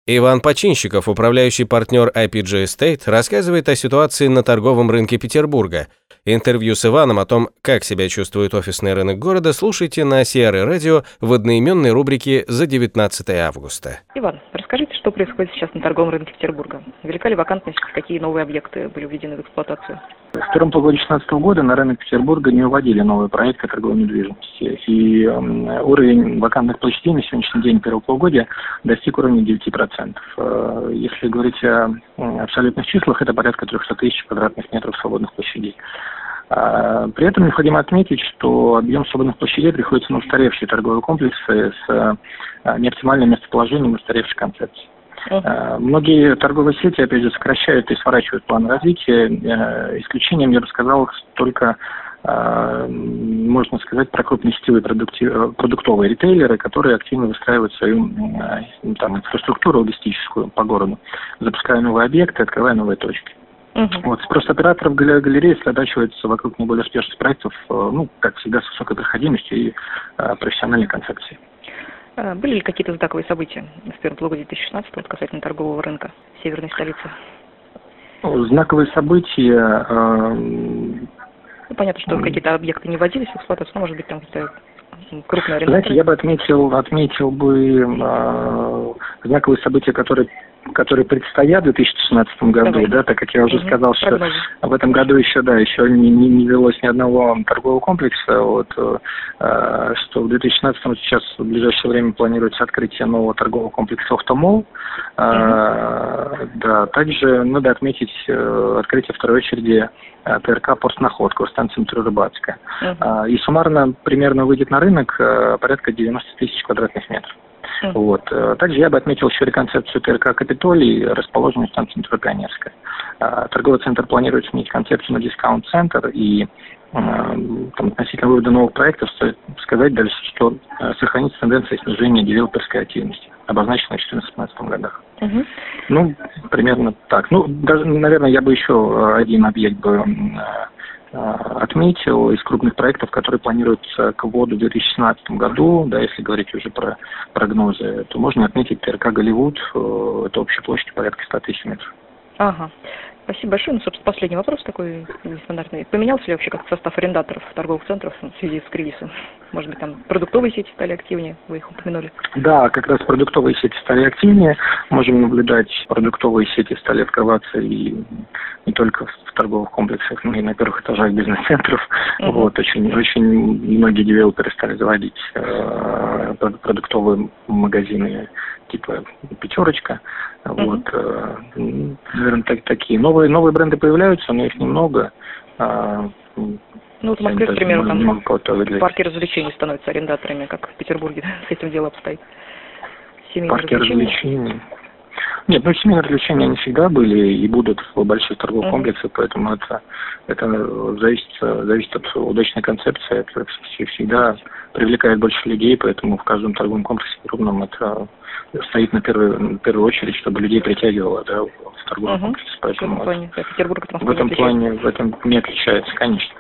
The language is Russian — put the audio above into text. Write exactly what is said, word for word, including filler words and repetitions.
Иван Починщиков, управляющий партнер ай пи джи Estate, рассказывает о ситуации на торговом рынке Петербурга. Интервью с Иваном о том, как себя чувствует офисный рынок города, слушайте на си ар и радио в одноименной рубрике за девятнадцатое августа. Иван, расскажите, что происходит сейчас на торговом рынке Петербурга? Велика ли вакантность, какие новые объекты были введены в эксплуатацию? В первом полугодии две тысячи шестнадцатого года на рынок Петербурга не вводили новые проекты торговой недвижимости. И э, уровень вакантных площадей на сегодняшний день первого полугодия достиг уровня девяти процентов. Э, если говорить о э, абсолютных числах, это порядка триста тысяч квадратных метров свободных площадей. Э, при этом необходимо отметить, что объем свободных площадей приходится на устаревшие торговые комплексы с э, неоптимальным местоположением устаревшей концепции. Uh-huh. Многие торговые сети, опять же, сокращают и сворачивают план развития. Исключением, я бы сказал, только, можно сказать, про крупные сетевые продуктовые ритейлеры, которые активно выстраивают свою там, инфраструктуру логистическую по городу, запуская новые объекты, открывая новые точки. Uh-huh. Вот, спрос операторов галереи сосредотачивается вокруг наиболее успешных проектов, ну, как всегда, с высокой проходимостью и профессиональной концепцией. Были ли какие-то знаковые события в первом полугодии две тысячи шестнадцатого касательно торгового рынка северной столицы? Знаковые события... Э... Ну, понятно, что какие-то объекты не вводились в эксплуатацию, но, может быть, там какие-то крупные арендаторы. Знаете, я бы отметил, отметил бы э, знаковые события, которые... которые предстоят в две тысячи шестнадцатом году, Давай. да, так как я уже угу. сказал, что Прогноз. в этом году еще, да, еще не, не, не велось ни одного торгового комплекса, вот, э, что в две тысячи шестнадцатом сейчас в ближайшее время планируется открытие нового торгового комплекса «Автомолл», э, угу. да, также надо отметить э, открытие второй очереди э, ТРК «Порт-Находка» в станции метро Рыбацкая, uh-huh. э, и суммарно примерно выйдет на рынок э, порядка девяносто тысяч квадратных метров. Uh-huh. Вот. Также я бы отметил еще реконцепцию ТРК «Капитолий», расположенную в станции метро Пионерская. Торговый центр планирует сменить концепцию на дискаунт-центр, и там, относительно вывода новых проектов стоит сказать дальше, что сохранится тенденция снижения девелоперской активности, обозначенной в две тысячи четырнадцатом-две тысячи годах. Uh-huh. Ну, примерно так. Ну, даже, наверное, я бы еще один объект бы отметил из крупных проектов, которые планируются к вводу в две тысячи семнадцатом году, да, если говорить уже про прогнозы, то можно отметить ТРК «Голливуд», это общая площадь порядка ста тысяч метров. Ага. Спасибо большое. Ну, собственно, последний вопрос такой нестандартный. Поменялся ли вообще как состав арендаторов торговых центров в связи с кризисом? Может быть, там продуктовые сети стали активнее, вы их упомянули? Да, как раз продуктовые сети стали активнее. Можем наблюдать, продуктовые сети стали открываться и не только в торговых комплексах, но и на первых этажах бизнес-центров. Uh-huh. Вот, очень, очень многие девелоперы стали заводить э, продуктовые магазины типа «Пятерочка». Uh-huh. Вот, э, наверное, так, такие. Новые, новые бренды появляются, но их немного. Э, ну, вот в Москве, к примеру, там парки развлечений становятся арендаторами, как в Петербурге с этим дело обстоит. Парки развлечений. развлечений. Нет, ну семейные развлечения они всегда были и будут в больших торговых uh-huh. комплексах, поэтому это, это зависит, зависит от удачной концепции, это всегда привлекает больше людей, поэтому в каждом торговом комплексе крупном это стоит на первую, на первую очередь, чтобы людей притягивало, да, в торговый uh-huh. комплекс. Поэтому в этом плане, вот, в этом плане в этом не отличается, конечно.